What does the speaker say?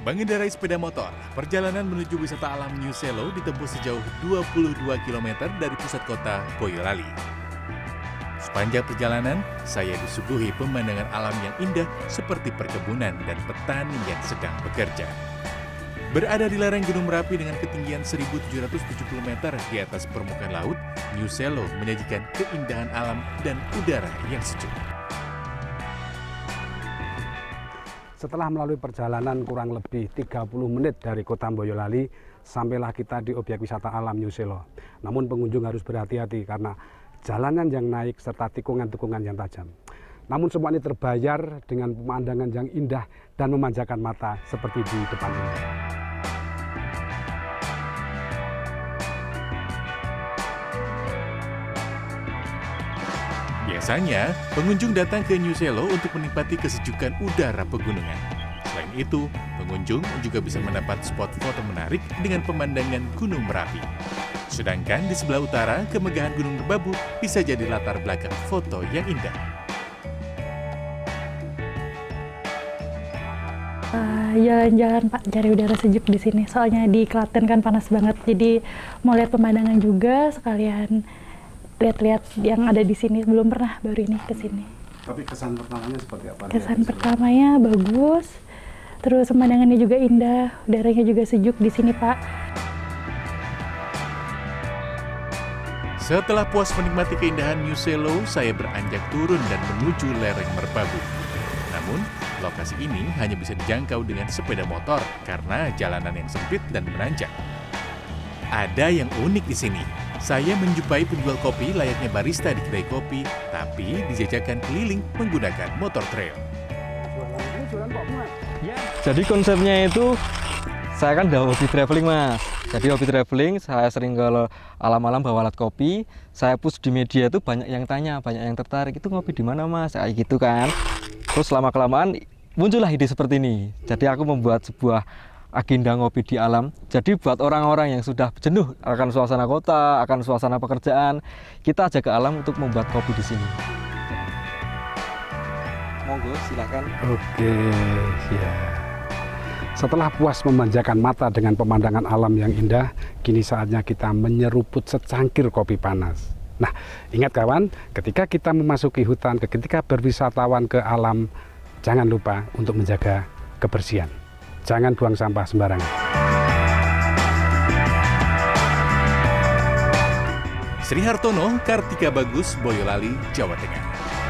Mengendarai sepeda motor, perjalanan menuju wisata alam New Selo ditempuh sejauh 22 km dari pusat kota Boyolali. Sepanjang perjalanan, saya disuguhi pemandangan alam yang indah seperti perkebunan dan petani yang sedang bekerja. Berada di lereng Gunung Merapi dengan ketinggian 1.770 meter di atas permukaan laut, New Selo menyajikan keindahan alam dan udara yang sejuk. Setelah melalui perjalanan kurang lebih 30 menit dari kota Boyolali, sampailah kita di objek wisata alam New Selo. Namun pengunjung harus berhati-hati karena jalanan yang naik serta tikungan-tikungan yang tajam. Namun semua ini terbayar dengan pemandangan yang indah dan memanjakan mata seperti di depan ini. Biasanya, pengunjung datang ke New Selo untuk menikmati kesejukan udara pegunungan. Selain itu, pengunjung juga bisa mendapat spot foto menarik dengan pemandangan Gunung Merapi. Sedangkan di sebelah utara, kemegahan Gunung Merbabu bisa jadi latar belakang foto yang indah. Jalan-jalan Pak, cari udara sejuk di sini. Soalnya di Klaten kan panas banget, jadi mau lihat pemandangan juga sekalian lihat-lihat yang ada di sini. Belum pernah, baru ini ke sini. Tapi kesan pertamanya seperti apa? Kesan pertamanya bagus, terus pemandangannya juga indah, udaranya juga sejuk di sini Pak. Setelah puas menikmati keindahan New Selo, saya beranjak turun dan menuju lereng Merbabu. Namun, lokasi ini hanya bisa dijangkau dengan sepeda motor karena jalanan yang sempit dan menanjak. Ada yang unik di sini. Saya menjumpai penjual kopi layaknya barista di kedai kopi, tapi dijajakan keliling menggunakan motor trail. Jadi konsepnya itu, saya kan udah hobi traveling Mas. Jadi hobi traveling, saya sering ke alam-alam bawa alat kopi. Saya push di media itu banyak yang tanya, banyak yang tertarik. Itu ngopi di mana Mas? Kayak gitu kan. Terus lama-kelamaan muncullah ide seperti ini. Jadi aku membuat sebuah agenda ngopi di alam. Jadi buat orang-orang yang sudah jenuh akan suasana kota, akan suasana pekerjaan, kita ajak ke alam untuk membuat kopi di sini. Monggo, silakan. Oke, ya. Setelah puas memanjakan mata dengan pemandangan alam yang indah, kini saatnya kita menyeruput secangkir kopi panas. Nah, ingat kawan, ketika kita memasuki hutan, ketika berwisatawan ke alam, jangan lupa untuk menjaga kebersihan. Jangan buang sampah sembarangan. Sri Hartono, Kartika Bagus, Boyolali, Jawa Tengah.